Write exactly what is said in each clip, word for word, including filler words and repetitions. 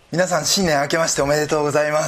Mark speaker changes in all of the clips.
Speaker 1: 皆さん新年明けましておめでとうございます。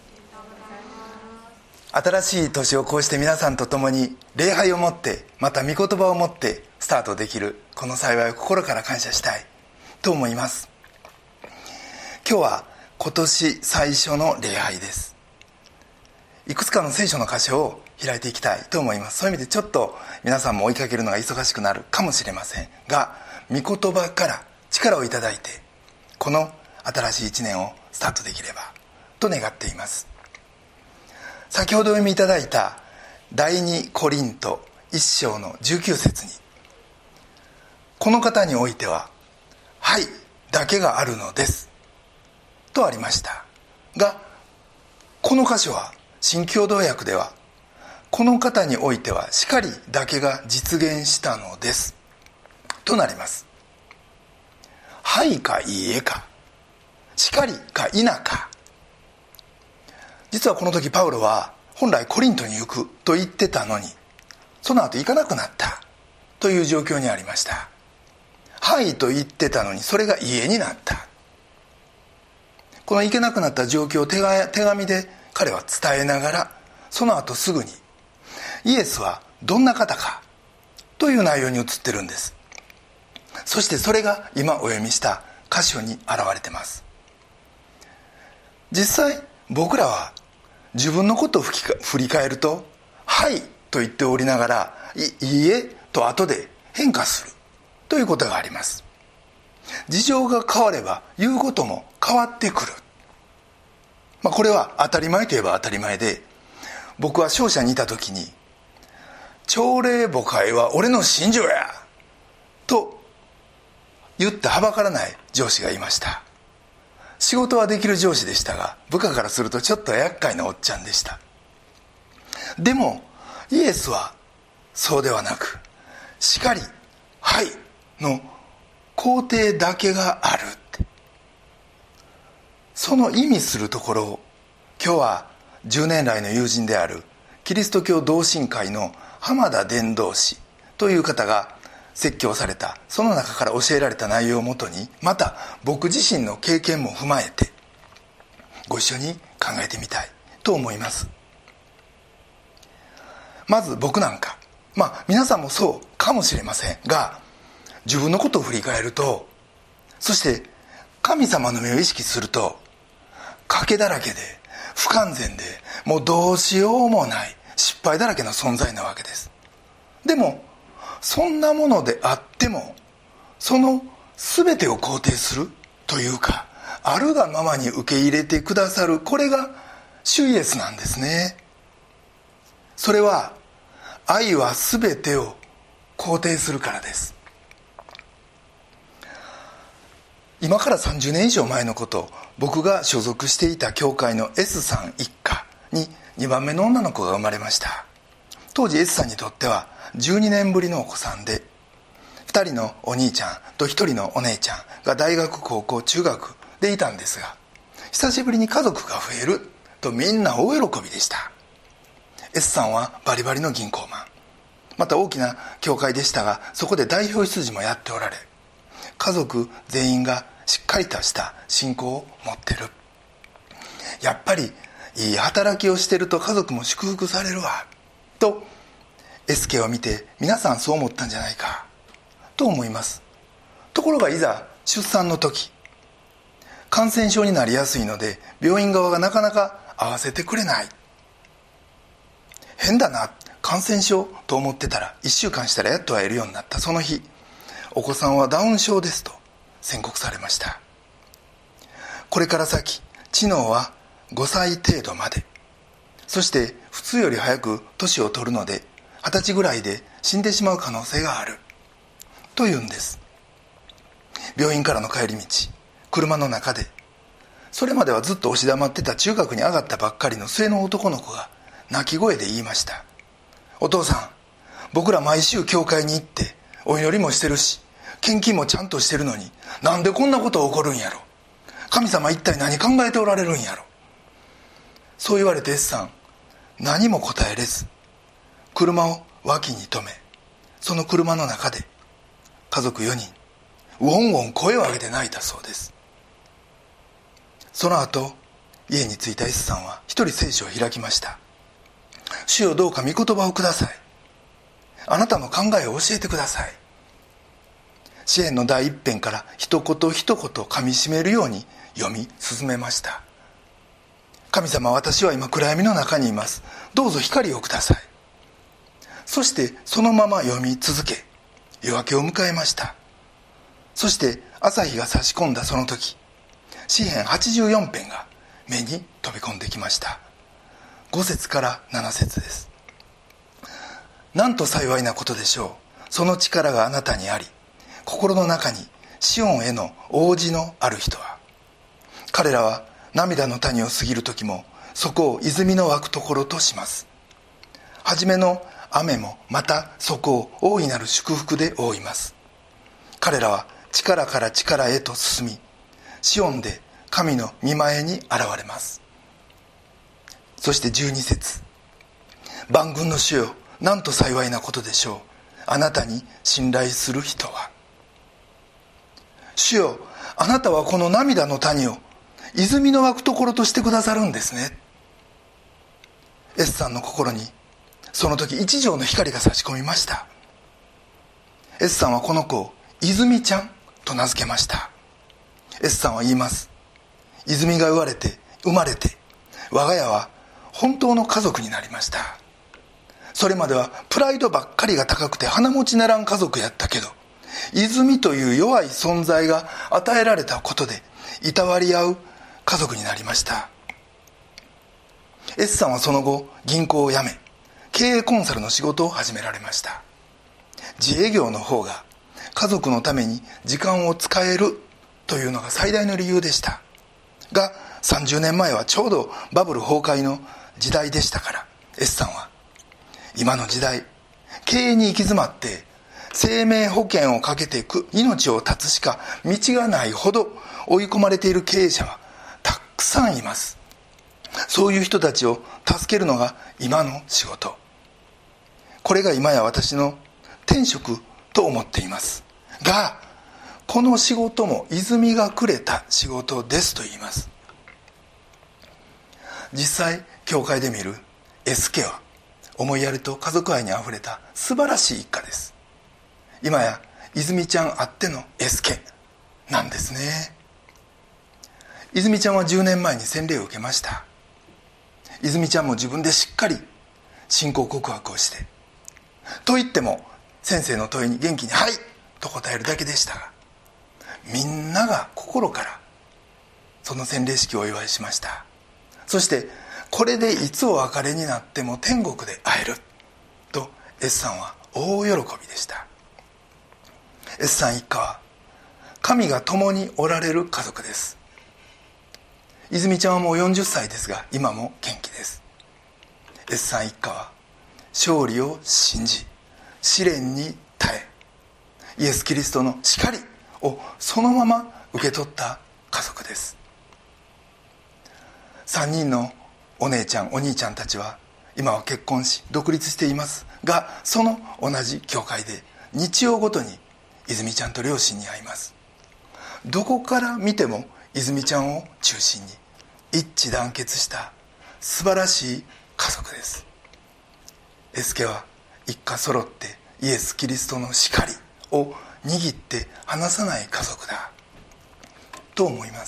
Speaker 1: 新しい年をこうして皆さんと共に礼拝を持って、また御言葉を持ってスタートできるこの幸いを心から感謝したいと思います。今日は今年最初の礼拝です。いくつかの聖書の箇所を開いていきたいと思います。そういう意味でちょっと皆さんも追いかけるのが忙しくなるかもしれませんが、御言葉から力をいただいてこの新しい一年をスタートできればと願っています。先ほどお読みいただいた第二コリント一章のじゅうきゅう節に、この方においてははいだけがあるのですとありましたが、この箇所は新共同訳ではこの方においてはしかりだけが実現したのですとなります。はいかいいえか、しかりか否か。実はこの時パウロは本来コリントに行くと言ってたのに、その後行かなくなったという状況にありました。はいと言ってたのにそれがいいえになった。この行けなくなった状況を手紙で彼は伝えながら、その後すぐにイエスはどんな方かという内容に移ってるんです。そしてそれが今お読みした箇所に現れてます。実際僕らは自分のことを振り返るとはいと言っておりながら い, いいえと後で変化するということがあります。事情が変われば言うことも変わってくる、まあ、これは当たり前といえば当たり前で、僕は商社にいた時に朝礼母会は俺の信条やと言ってはばからない上司がいました。仕事はできる上司でしたが、部下からするとちょっと厄介なおっちゃんでした。でもイエスはそうではなく、しかりはいの肯定だけがあるって、その意味するところを今日はじゅうねん来の友人であるキリスト教同心会の浜田伝道師という方が説教された、その中から教えられた内容をもとに、また僕自身の経験も踏まえてご一緒に考えてみたいと思います。まず僕なんか、まあ皆さんもそうかもしれませんが、自分のことを振り返ると、そして神様の目を意識すると、賭けだらけで不完全でもうどうしようもない失敗だらけの存在なわけです。でもそんなものであっても、その全てを肯定するというか、あるがままに受け入れてくださる、これが主イエスなんですね。それは愛は全てを肯定するからです。今からさんじゅうねん以上前のこと、僕が所属していた教会の S さん一家ににばんめの女の子が生まれました。当時 S さんにとってはじゅうにねんぶりのお子さんで、ふたりのお兄ちゃんとひとりのお姉ちゃんが大学高校中学でいたんですが、久しぶりに家族が増えるとみんな大喜びでした。 S さんはバリバリの銀行マン、また大きな教会でしたが、そこで代表執事もやっておられ、家族全員がしっかりとした信仰を持ってる。やっぱりいい働きをしてると家族も祝福されるわと S 家を見て皆さんそう思ったんじゃないかと思います。ところがいざ出産の時、感染症になりやすいので病院側がなかなか合わせてくれない。変だな、感染症と思ってたらいっしゅうかんしたらやっと会えるようになったその日、お子さんはダウン症ですと宣告されました。これから先知能はごさい程度まで、そして普通より早く年を取るのではたちぐらいで死んでしまう可能性があるというんです。病院からの帰り道、車の中で、それまではずっと押し黙ってた中学に上がったばっかりの末の男の子が泣き声で言いました。お父さん、僕ら毎週教会に行ってお祈りもしてるし献金もちゃんとしてるのに、なんでこんなこと起こるんやろ。神様一体何考えておられるんやろ。そう言われて S さん何も答えれず、車を脇に止め、その車の中で家族よにんウォンウォン声を上げて泣いたそうです。 その後家に着いた S さんは一人聖書を開きました。主よ、どうか御言葉をください。あなたの考えを教えてください。詩篇の第一編から一言一言噛み締めるように読み進めました。神様、私は今暗闇の中にいます。どうぞ光をください。そしてそのまま読み続け、夜明けを迎えました。そして朝日が差し込んだその時、詩編はちじゅうよん編が目に飛び込んできました。ご節からなな節です。なんと幸いなことでしょう。その力があなたにあり、心の中にシオンへの応じのある人は。彼らは涙の谷を過ぎる時も、そこを泉の湧くところとします。初めの雨もまたそこを大いなる祝福で覆います。彼らは力から力へと進み、シオンで神の御前に現れます。そしてじゅうに節、万軍の主よ、なんと幸いなことでしょう。あなたに信頼する人は。主よ、あなたはこの涙の谷を泉の湧くところとしてくださるんですね。 S さんの心にその時一条の光が差し込みました。 S さんはこの子を泉ちゃんと名付けました。 S さんは言います。泉が生まれて生まれて我が家は本当の家族になりました。それまではプライドばっかりが高くて鼻持ちならん家族やったけど、泉という弱い存在が与えられたことでいたわり合う家族になりました。 S さんはその後銀行を辞め、経営コンサルの仕事を始められました。自営業の方が家族のために時間を使えるというのが最大の理由でしたが、さんじゅうねんまえはちょうどバブル崩壊の時代でしたから、 S さんは今の時代、経営に行き詰まって生命保険をかけていく命を絶つしか道がないほど追い込まれている経営者はたくさんいます。そういう人たちを助けるのが今の仕事。これが今や私の天職と思っていますが、この仕事も泉がくれた仕事ですと言います。実際教会で見る S 家は思いやりと家族愛にあふれた素晴らしい一家です。今や泉ちゃんあっての S 家なんですね。泉ちゃんはじゅうねんまえに洗礼を受けました。泉ちゃんも自分でしっかり信仰告白をして、と言っても先生の問いに元気にはいと答えるだけでしたが、みんなが心からその洗礼式をお祝いしました。そしてこれでいつお別れになっても天国で会えると S さんは大喜びでした。 S さん一家は神が共におられる家族です。泉ちゃんはもうよんじゅっさいですが今も元気です。 S さん一家は勝利を信じ試練に耐え、イエス・キリストの叱りをそのまま受け取った家族です。さんにんのお姉ちゃんお兄ちゃんたちは今は結婚し独立していますが、その同じ教会で日曜ごとに泉ちゃんと両親に会います。どこから見ても泉ちゃんを中心に一致団結した素晴らしい家族です。 S 家は一家揃ってイエス・キリストの叱りを握って離さない家族だと思います。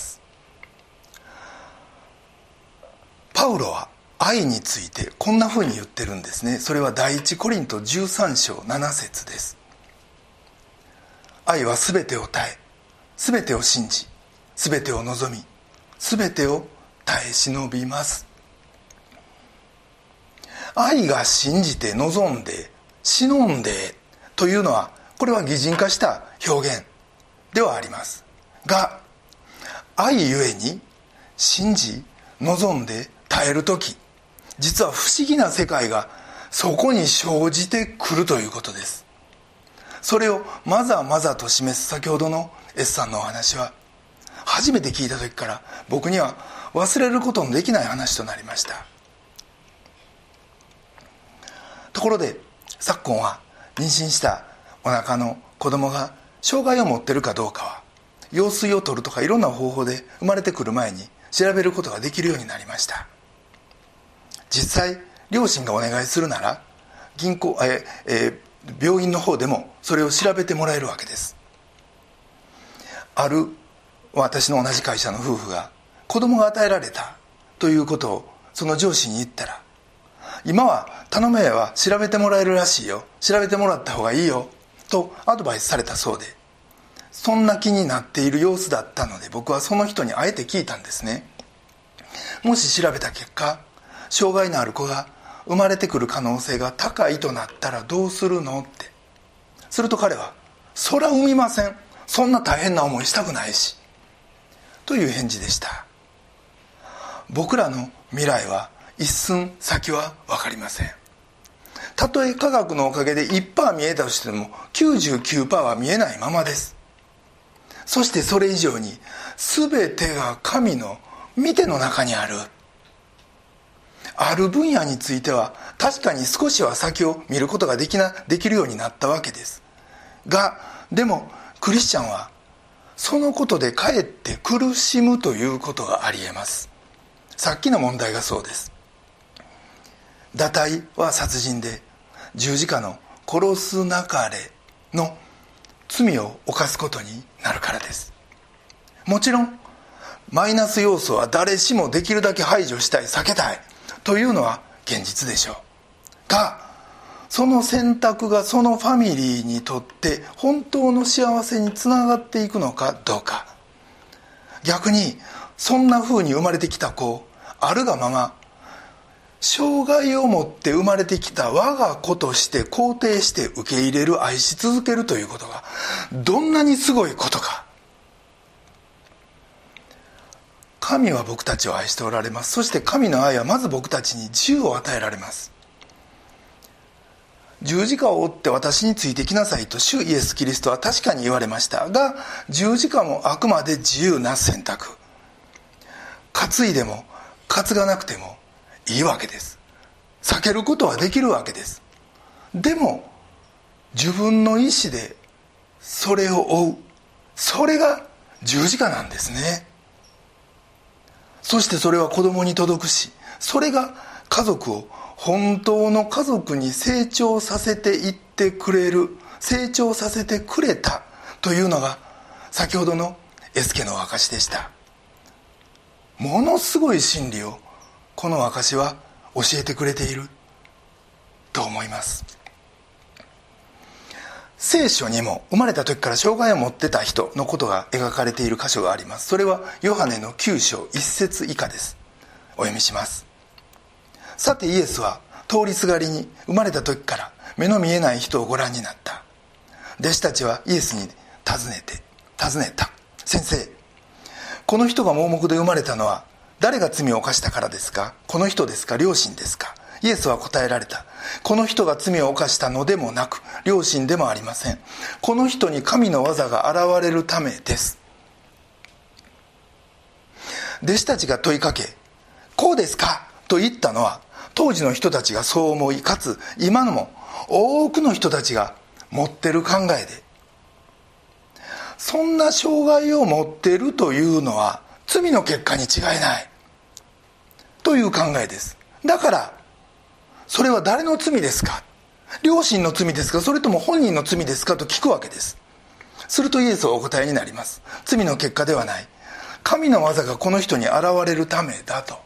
Speaker 1: パウロは愛についてこんなふうに言ってるんですね。それは第一コリントじゅうさん章なな節です。愛はすべてを耐え、すべてを信じ、すべてを望み、すべてを耐え忍びます。愛が信じて望んで忍んでというのは、これは擬人化した表現ではありますが、愛ゆえに信じ望んで耐えるとき、実は不思議な世界がそこに生じてくるということです。それをまざまざと示す先ほどの S さんのお話は、初めて聞いた時から僕には忘れることのできない話となりました。ところで昨今は妊娠したお腹の子供が障害を持っているかどうかは羊水を取るとかいろんな方法で生まれてくる前に調べることができるようになりました。実際両親がお願いするなら銀行え、えー、病院の方でもそれを調べてもらえるわけです。ある私の同じ会社の夫婦が子供が与えられたということをその上司に言ったら、今は頼めは調べてもらえるらしいよ、調べてもらった方がいいよとアドバイスされたそうで、そんな気になっている様子だったので、僕はその人にあえて聞いたんですね。もし調べた結果障害のある子が生まれてくる可能性が高いとなったらどうするのって。すると彼は、そら産みません、そんな大変な思いしたくないし、という返事でした。僕らの未来は一寸先は分かりません。たとえ科学のおかげで いちパーセント 見えたとしても きゅうじゅうきゅうパーセント は見えないままです。そしてそれ以上に全てが神の見ての中にある。ある分野については確かに少しは先を見ることができな、できるようになったわけですが、でもクリスチャンはそのことでかえって苦しむということがありえます。さっきの問題がそうです。堕胎は殺人で十字架の殺すなかれの罪を犯すことになるからです。もちろんマイナス要素は誰しもできるだけ排除したい、避けたいというのは現実でしょうが、その選択がそのファミリーにとって本当の幸せにつながっていくのかどうか。逆にそんな風に生まれてきた子、あるがまま障害を持って生まれてきた我が子として肯定して受け入れる、愛し続けるということがどんなにすごいことか。神は僕たちを愛しておられます。そして神の愛はまず僕たちに自由を与えられます。十字架を追って私についてきなさいと主イエス・キリストは確かに言われましたが、十字架もあくまで自由な選択。担いでも担がなくてもいいわけです。避けることはできるわけです。でも自分の意志でそれを追う、それが十字架なんですね。そしてそれは子供に届くし、それが家族を本当の家族に成長させていってくれる、成長させてくれたというのが先ほどのエスケの証でした。ものすごい真理をこの証は教えてくれていると思います。聖書にも生まれた時から障害を持ってた人のことが描かれている箇所があります。それはヨハネのきゅう章いち節以下です。お読みします。さてイエスは通りすがりに生まれた時から目の見えない人をご覧になった。弟子たちはイエスに尋ねて尋ねた。先生、この人が盲目で生まれたのは誰が罪を犯したからですか？この人ですか？両親ですか？イエスは答えられた。この人が罪を犯したのでもなく、両親でもありません。この人に神の技が現れるためです。弟子たちが問いかけ、こうですかと言ったのは、当時の人たちがそう思い、かつ今のも多くの人たちが持ってる考えで、そんな障害を持っているというのは罪の結果に違いないという考えです。だからそれは誰の罪ですか？両親の罪ですか？それとも本人の罪ですか？と聞くわけです。するとイエスはお答えになります。罪の結果ではない。神の技がこの人に現れるためだと。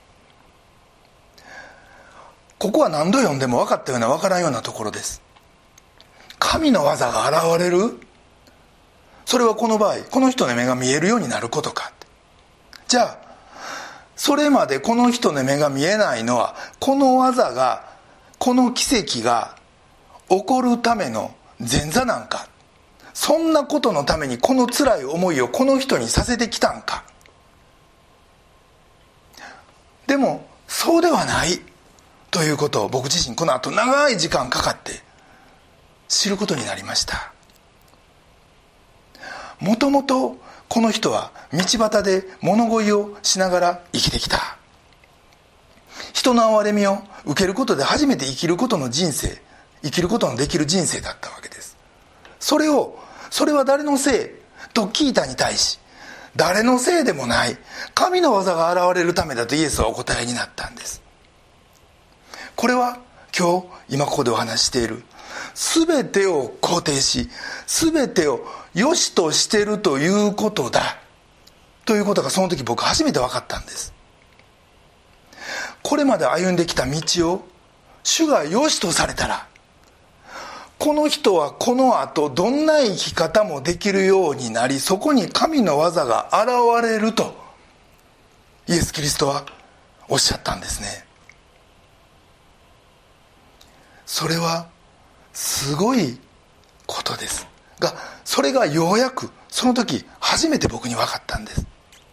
Speaker 1: ここは何度読んでも分かったような分からんようなところです。神の技が現れる？それはこの場合、この人の目が見えるようになることか。じゃあそれまでこの人の目が見えないのは、この技が、この奇跡が起こるための前座なんか、そんなことのためにこの辛い思いをこの人にさせてきたんか。でもそうではないということを僕自身この後長い時間かかって知ることになりました。もともとこの人は道端で物乞いをしながら生きてきた。人の憐れみを受けることで初めて生きることの人生、生きることのできる人生だったわけです。それを、それは誰のせいと聞いたに対し、 誰のせいでもない神の技が現れるためだとイエスはお答えになったんです。これは今日今ここでお話している全てを肯定し全てを良しとしているということだということがその時僕初めて分かったんです。これまで歩んできた道を主が良しとされたら、この人はこの後どんな生き方もできるようになり、そこに神の技が現れるとイエス・キリストはおっしゃったんですね。それはすごいことですが、それがようやくその時初めて僕に分かったんです。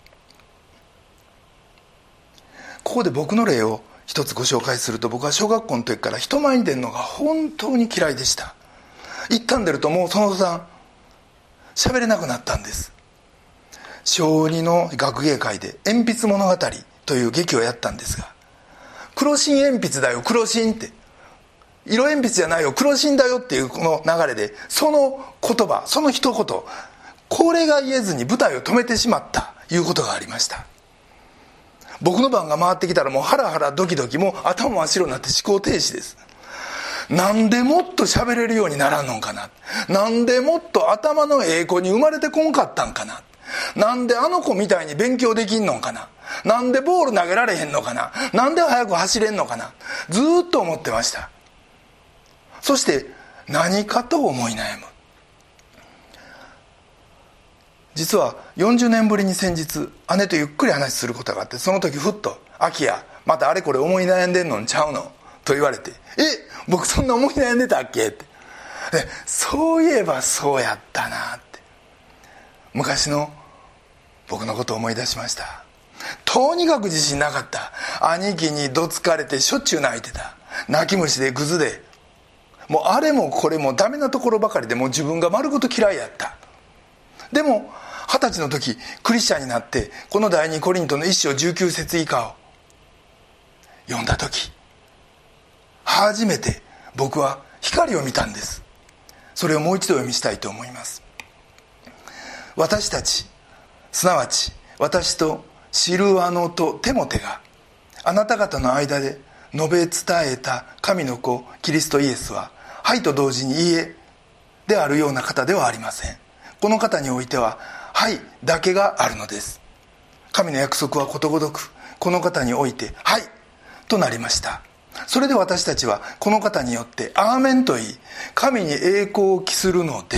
Speaker 1: ここで僕の例を一つご紹介すると、僕は小学校の時から人前に出るのが本当に嫌いでした。一旦出るともうその途端喋れなくなったんです。小にの学芸会で鉛筆物語という劇をやったんですが、黒芯鉛筆だよ黒芯って、色鉛筆じゃないよ黒芯だよっていうこの流れで、その言葉その一言、これが言えずに舞台を止めてしまったいうことがありました。僕の番が回ってきたらもうハラハラドキドキ、もう頭真っ白になって思考停止です。なんでもっと喋れるようにならんのかな、なんでもっと頭のええ子に生まれてこんかったんかな、なんであの子みたいに勉強できんのかな、なんでボール投げられへんのかな、なんで速く走れんのかな、ずーっと思ってました。そして何かと思い悩む。実はよんじゅうねんぶりに先日姉とゆっくり話することがあって、その時ふっと「アキヤまたあれこれ思い悩んでんのんちゃうの?」と言われて「え僕そんな思い悩んでたっけ?」ってで、そういえばそうやったなって昔の僕のことを思い出しました。とにかく自信なかった。兄貴にどつかれてしょっちゅう泣いてた。泣き虫でグズで、もうあれもこれもダメなところばかりで、もう自分が丸ごと嫌いやった。でも二十歳の時クリスチャンになって、この第二コリントの一章じゅうきゅう節以下を読んだ時、初めて僕は光を見たんです。それをもう一度読みしたいと思います。私たち、すなわち私とシルワノとテモテがあなた方の間で述べ伝えた神の子キリストイエスは、はいと同時にいいえであるような方ではありません。この方においてははいだけがあるのです。神の約束はことごとくこの方においてはいとなりました。それで私たちはこの方によってアーメンと言い、神に栄光を期するのです。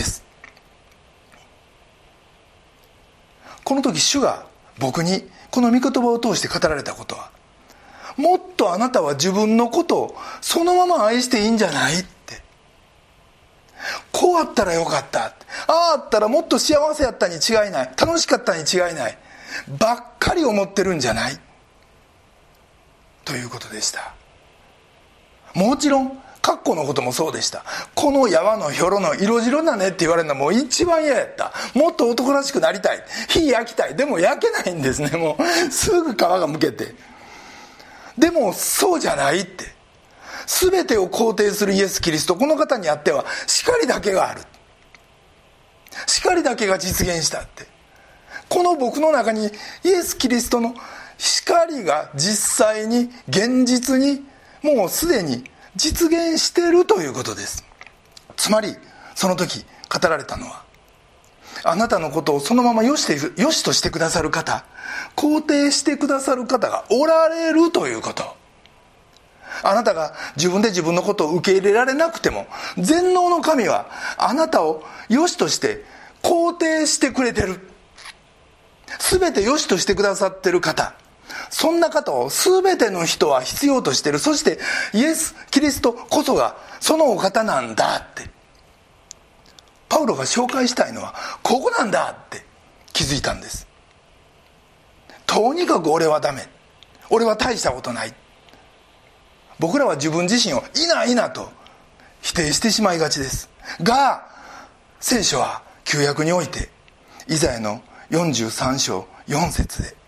Speaker 1: この時主が僕にこの御言葉を通して語られたことは、もっとあなたは自分のことをそのまま愛していいんじゃないって、こうあったらよかった、あああったらもっと幸せやったに違いない、楽しかったに違いないばっかり思ってるんじゃないということでした。もちろんカッコのこともそうでした。このやわのひょろの色白だねって言われるのはもう一番嫌やった。もっと男らしくなりたい、火焼きたい。でも焼けないんですね。もうすぐ皮がむけて。でもそうじゃないって、全てを肯定するイエス・キリスト、この方にあっては光だけがある、光だけが実現したって、この僕の中にイエス・キリストの光が実際に現実にもうすでに実現しているということです。つまりその時語られたのは、あなたのことをそのままよししてよしとしてくださる方、肯定してくださる方がおられるということ。あなたが自分で自分のことを受け入れられなくても、全能の神はあなたをよしとして肯定してくれてる。全てよしとしてくださってる方、そんな方を全ての人は必要としている。そしてイエス・キリストこそがそのお方なんだって、パウロが紹介したいのはここなんだって気づいたんです。とにかく俺はダメ、俺は大したことない、僕らは自分自身をいないなと否定してしまいがちですが、聖書は旧約においてイザヤのよんじゅうさん章よん節で、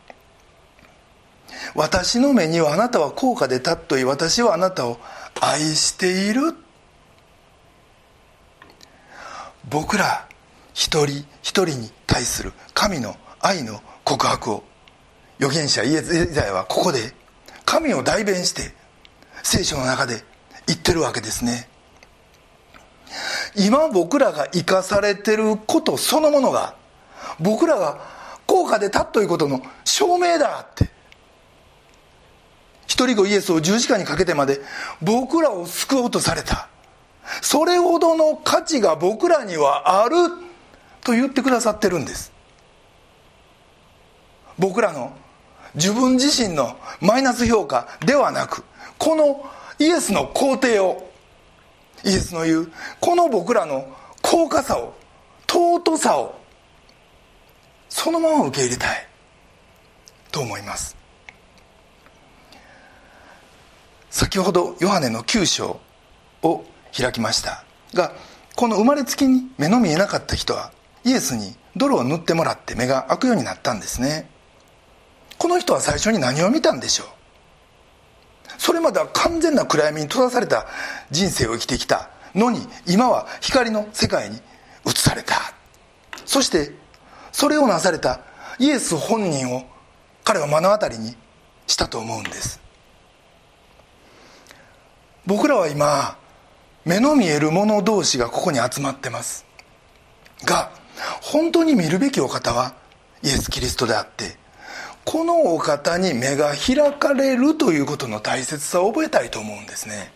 Speaker 1: 私の目にはあなたは高価で尊い、私はあなたを愛している。僕ら一人一人に対する神の愛の告白を預言者イザヤはここで神を代弁して聖書の中で言ってるわけですね。今僕らが生かされてることそのものが僕らが高価で尊いことの証明だって。一人子イエスを十字架にかけてまで僕らを救おうとされた、それほどの価値が僕らにはあると言ってくださってるんです。僕らの自分自身のマイナス評価ではなく、このイエスの肯定を、イエスの言うこの僕らの高価さを、尊さをそのまま受け入れたいと思います。先ほどヨハネのきゅう章を開きましたが、この生まれつきに目の見えなかった人はイエスに泥を塗ってもらって目が開くようになったんですね。この人は最初に何を見たんでしょう。それまでは完全な暗闇に閉ざされた人生を生きてきたのに、今は光の世界に移された。そしてそれをなされたイエス本人を彼は目の当たりにしたと思うんです。僕らは今目の見える者同士がここに集まってますが、本当に見るべきお方はイエス・キリストであって、このお方に目が開かれるということの大切さを覚えたいと思うんですね。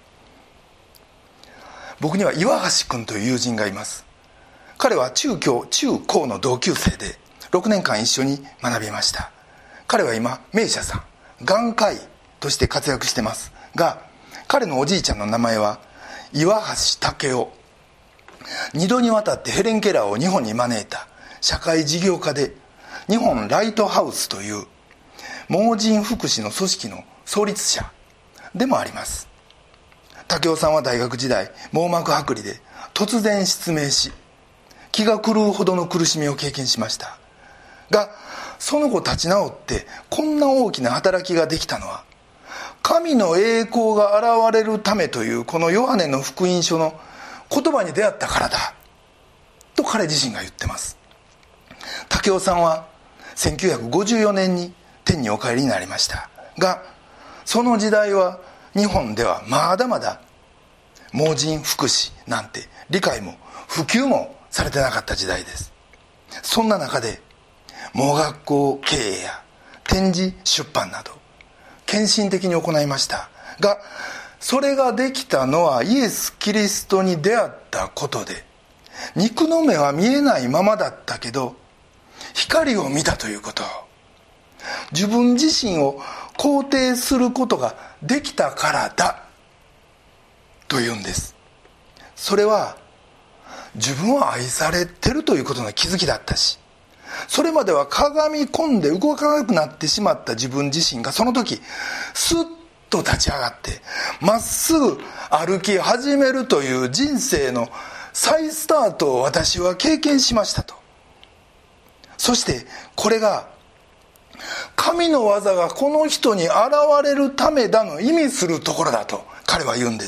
Speaker 1: 僕には岩橋君という友人がいます。彼は中教中高の同級生でろくねんかん一緒に学びました。彼は今名医者さん、眼科医として活躍してますが、彼のおじいちゃんの名前は岩橋武夫。二度にわたってヘレン・ケラーを日本に招いた社会事業家で、日本ライトハウスという盲人福祉の組織の創立者でもあります。武夫さんは大学時代網膜剥離で突然失明し、気が狂うほどの苦しみを経験しましたが、その後立ち直ってこんな大きな働きができたのは神の栄光が現れるためというこのヨハネの福音書の言葉に出会ったからだと彼自身が言ってます。武夫さんはせんきゅうひゃくごじゅうよねんに天にお帰りになりましたが、その時代は日本ではまだまだ盲人福祉なんて理解も普及もされてなかった時代です。そんな中で盲学校経営や展示出版など献身的に行いましたが、それができたのはイエス・キリストに出会ったことで、肉の目は見えないままだったけど光を見たということ、自分自身を肯定することができたからだというんです。それは自分は愛されてるということの気づきだったし、それまではかがみ込んで動かなくなってしまった自分自身がその時スッと立ち上がってまっすぐ歩き始めるという人生の再スタートを私は経験しましたと。そしてこれが神の技がこの人に現れるためだの意味するところだと彼は言うんです。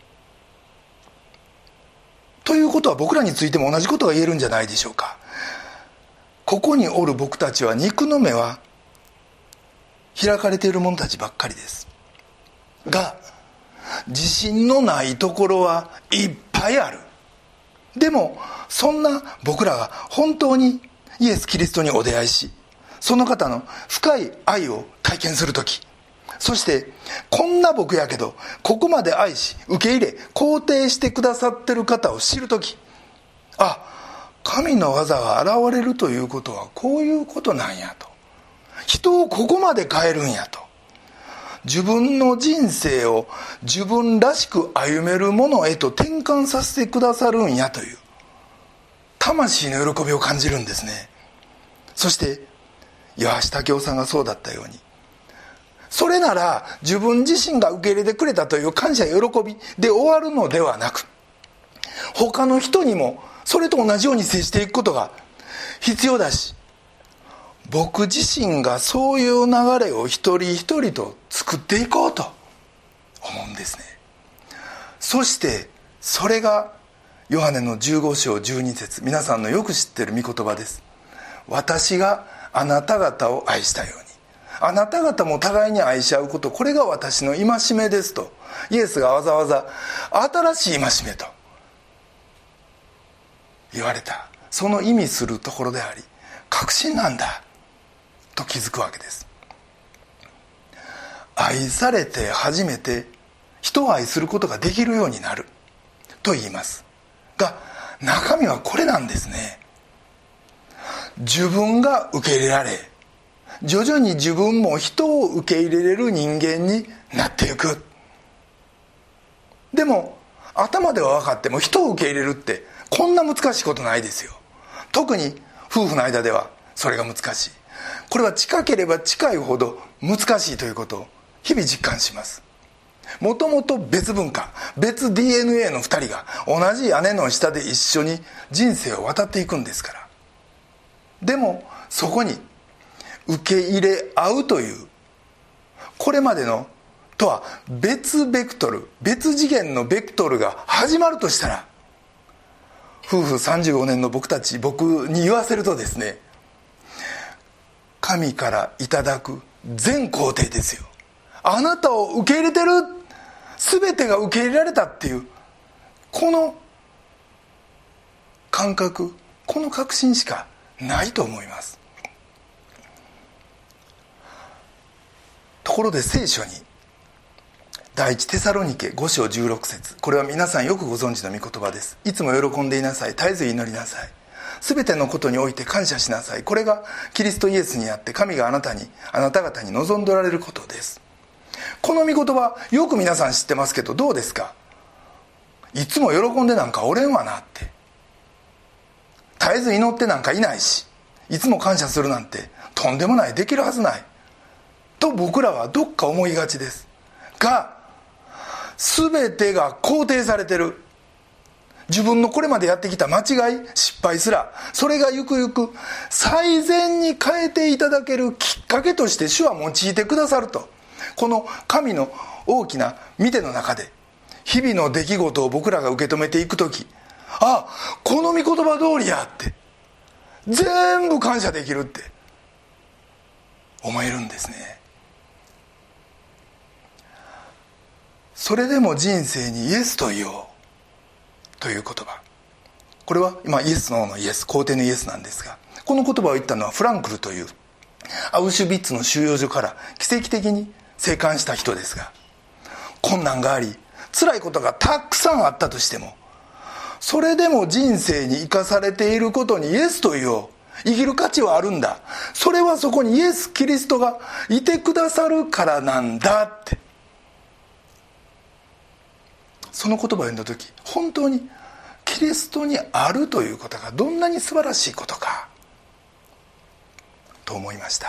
Speaker 1: ということは僕らについても同じことが言えるんじゃないでしょうか。ここにおる僕たちは肉の目は開かれている者たちばっかりですが、自信のないところはいっぱいある。でもそんな僕らが本当にイエス・キリストにお出会いし、その方の深い愛を体験するとき、そしてこんな僕やけどここまで愛し受け入れ肯定してくださってる方を知るとき、あ、神の技が現れるということはこういうことなんやと、人をここまで変えるんやと、自分の人生を自分らしく歩めるものへと転換させてくださるんやという魂の喜びを感じるんですね。そして岩橋武夫さんがそうだったように、それなら自分自身が受け入れてくれたという感謝や喜びで終わるのではなく、他の人にもそれと同じように接していくことが必要だし、僕自身がそういう流れを一人一人と作っていこうと思うんですね。そしてそれがヨハネのじゅうご章じゅうに節、皆さんのよく知っている御言葉です。私があなた方を愛したようにあなた方も互いに愛し合うこと、これが私の戒めですとイエスがわざわざ新しい戒めと言われた、その意味するところであり確信なんだと気づくわけです。愛されて初めて人を愛することができるようになると言いますが、中身はこれなんですね。自分が受け入れられ、徐々に自分も人を受け入れれる人間になっていく。でも頭では分かっても人を受け入れるってこんな難しいことないですよ。特に夫婦の間ではそれが難しい。これは近ければ近いほど難しいということを日々実感します。もともと別文化、別 ディーエヌエー のふたりが同じ屋根の下で一緒に人生を渡っていくんですから。でもそこに受け入れ合うというこれまでのとは別ベクトル、別次元のベクトルが始まるとしたら、夫婦さんじゅうごねんの僕たち僕に言わせるとですね、神からいただく全肯定ですよ。あなたを受け入れてる、全てが受け入れられたっていうこの感覚、この確信しかないと思います。ところで聖書に第一テサロニケご章じゅうろく節、これは皆さんよくご存知の御言葉です。いつも喜んでいなさい、絶えず祈りなさい、すべてのことにおいて感謝しなさい、これがキリストイエスにあって神があなたにあなた方に望んでおられることです。この御言葉よく皆さん知ってますけど、どうですか。いつも喜んでなんかおれんわなって、絶えず祈ってなんかいないし、いつも感謝するなんてとんでもない、できるはずないと僕らはどっか思いがちですが、全てが肯定されてる。自分のこれまでやってきた間違い、失敗すら、それがゆくゆく最善に変えていただけるきっかけとして主は用いてくださると、この神の大きな見ての中で日々の出来事を僕らが受け止めていくとき、あ、この御言葉通りやって全部感謝できるって思えるんですね。それでも人生にイエスと言おうという言葉、これは今イエスののイエス、肯定のイエスなんですが、この言葉を言ったのはフランクルというアウシュビッツの収容所から奇跡的に生還した人ですが、困難があり辛いことがたくさんあったとしても、それでも人生に生かされていることにイエスと言おう、生きる価値はあるんだ、それはそこにイエス・キリストがいてくださるからなんだって、その言葉を読んだ時、本当にキリストにあるということがどんなに素晴らしいことかと思いました。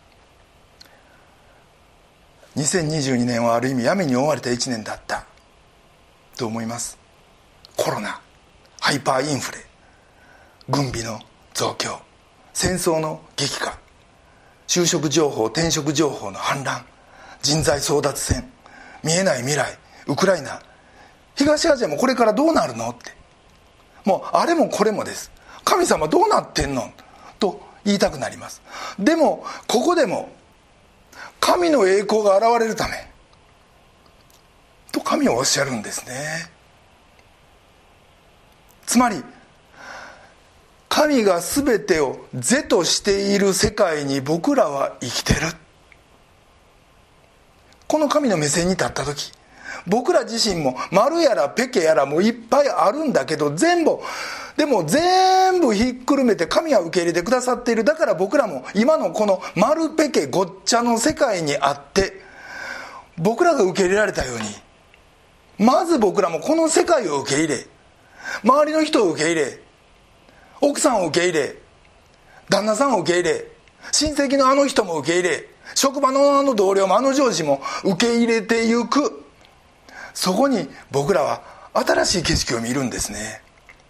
Speaker 1: にせんにじゅうにねんはある意味闇に覆われたいちねんだったと思います。コロナ、ハイパーインフレ、軍備の増強、戦争の激化、就職情報転職情報の氾濫、人材争奪戦、見えない未来、ウクライナ、東アジアもこれからどうなるのって、もうあれもこれもです。神様どうなってんのと言いたくなります。でもここでも神の栄光が現れるためと神はおっしゃるんですね。つまり神が全てを是としている世界に僕らは生きてる。この神の目線に立った時、僕ら自身も丸やらペケやらもいっぱいあるんだけど、全部でも全部ひっくるめて神は受け入れてくださっている。だから僕らも今のこの丸ペケごっちゃの世界にあって、僕らが受け入れられたように、まず僕らもこの世界を受け入れ、周りの人を受け入れ、奥さんを受け入れ、旦那さんを受け入れ、親戚のあの人も受け入れ、職場のあの同僚もあの上司も受け入れてゆく。そこに僕らは新しい景色を見るんですね。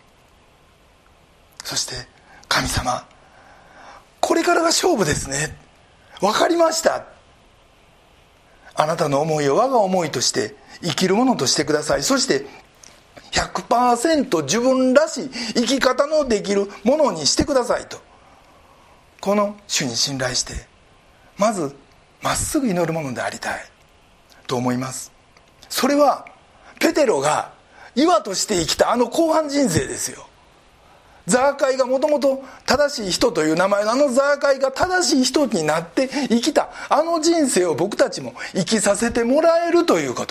Speaker 1: そして神様、これからが勝負ですね、分かりました、あなたの思いを我が思いとして生きるものとしてください。そして ひゃくパーセント 自分らしい生き方のできるものにしてくださいとこの主に信頼してまずまっすぐ祈るものでありたいと思います。それはペテロが岩として生きたあの後半人生ですよ。ザーカイがもともと正しい人という名前のあのザーカイが正しい人になって生きたあの人生を僕たちも生きさせてもらえるということ。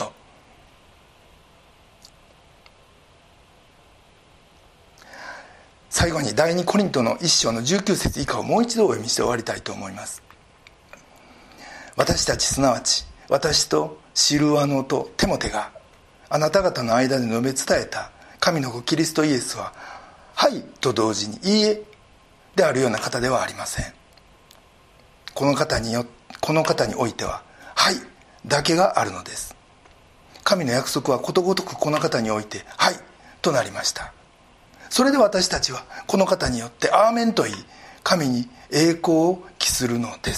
Speaker 1: 最後に第二コリントの一章のじゅうきゅう節以下をもう一度お読みして終わりたいと思います。私たちすなわち私とシルワノとテモテがあなた方の間で述べ伝えた神の子キリストイエスははいと同時にいいえであるような方ではありません。この方によこの方においてははいだけがあるのです。神の約束はことごとくこの方においてはいとなりました。それで私たちはこの方によってアーメンと言い神に栄光を期するのです。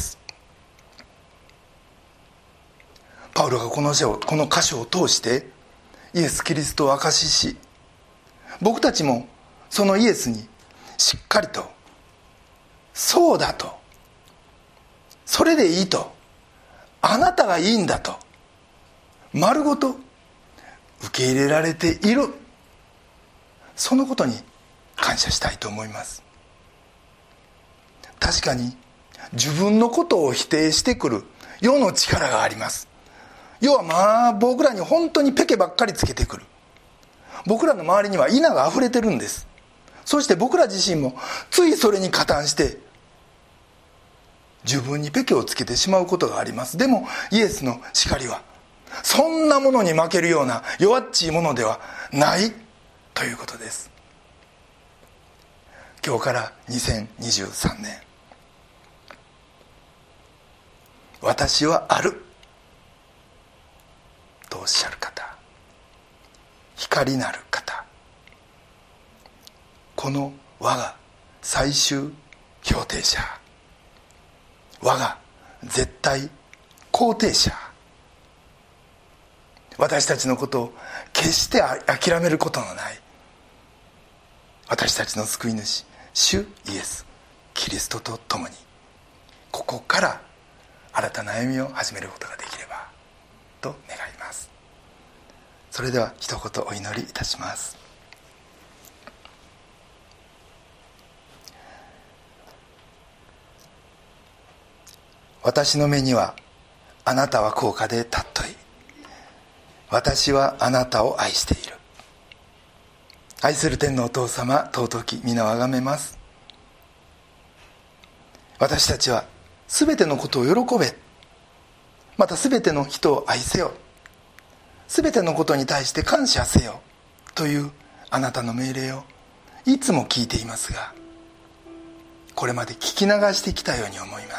Speaker 1: パウロがこの書をこの箇所を通してイエス・キリストを証しし、僕たちもそのイエスにしっかりとそうだと、それでいいと、あなたがいいんだと丸ごと受け入れられている、そのことに感謝したいと思います。確かに自分のことを否定してくる世の力があります。要はまあ僕らに本当にペケばっかりつけてくる。僕らの周りには稲があふれてるんです。そして僕ら自身もついそれに加担して自分にペケをつけてしまうことがあります。でもイエスの叱りはそんなものに負けるような弱っちいものではないということです。今日からにせんにじゅうさんねん、私はあるとおっしゃる方、光なる方、この我が最終評定者、我が絶対肯定者、私たちのことを決して諦めることのない私たちの救い主主イエスキリストと共にここから新たな歩みを始めることができればと願います。それでは一言お祈りいたします。私の目にはあなたは高価で尊い。私はあなたを愛している。愛する天のお父様、尊き皆をあがめます。私たちはすべてのことを喜べ、またすべての人を愛せよ、すべてのことに対して感謝せよというあなたの命令をいつも聞いていますが、これまで聞き流してきたように思います。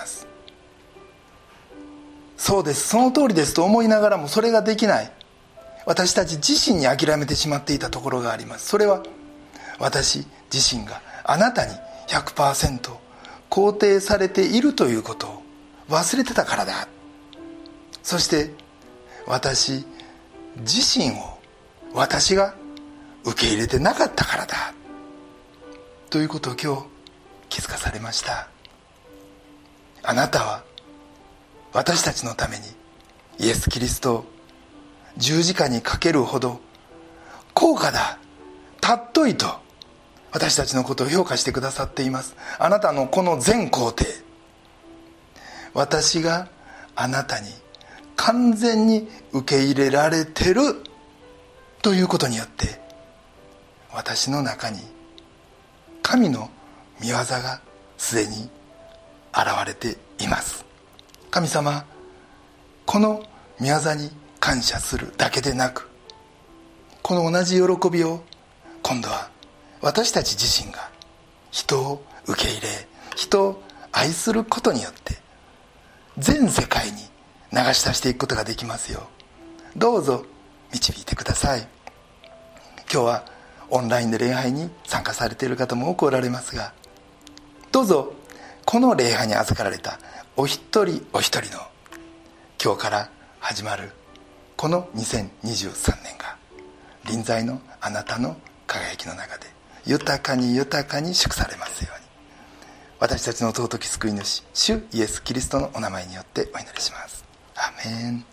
Speaker 1: そうです、その通りですと思いながらもそれができない私たち自身に諦めてしまっていたところがあります。それは私自身があなたに ひゃくパーセント 肯定されているということを忘れてたからだ。そして私自身を私が受け入れてなかったからだということを今日気づかされました。あなたは私たちのためにイエス・キリストを十字架にかけるほど高価だ、尊いと私たちのことを評価してくださっています。あなたのこの全肯定、私があなたに完全に受け入れられてるということによって私の中に神の御業がすでに現れています。神様、この御業に感謝するだけでなく、この同じ喜びを今度は私たち自身が人を受け入れ、人を愛することによって全世界に流し出していくことができますよ。どうぞ導いてください。今日はオンラインで礼拝に参加されている方も多くおられますが、どうぞこの礼拝に預かられたお一人お一人の今日から始まるこのにせんにじゅうさんねんが臨在のあなたの輝きの中で豊かに豊かに祝されますように、 私たちの尊き救い主主イエス・キリストのお名前によってお祈りします。アーメン。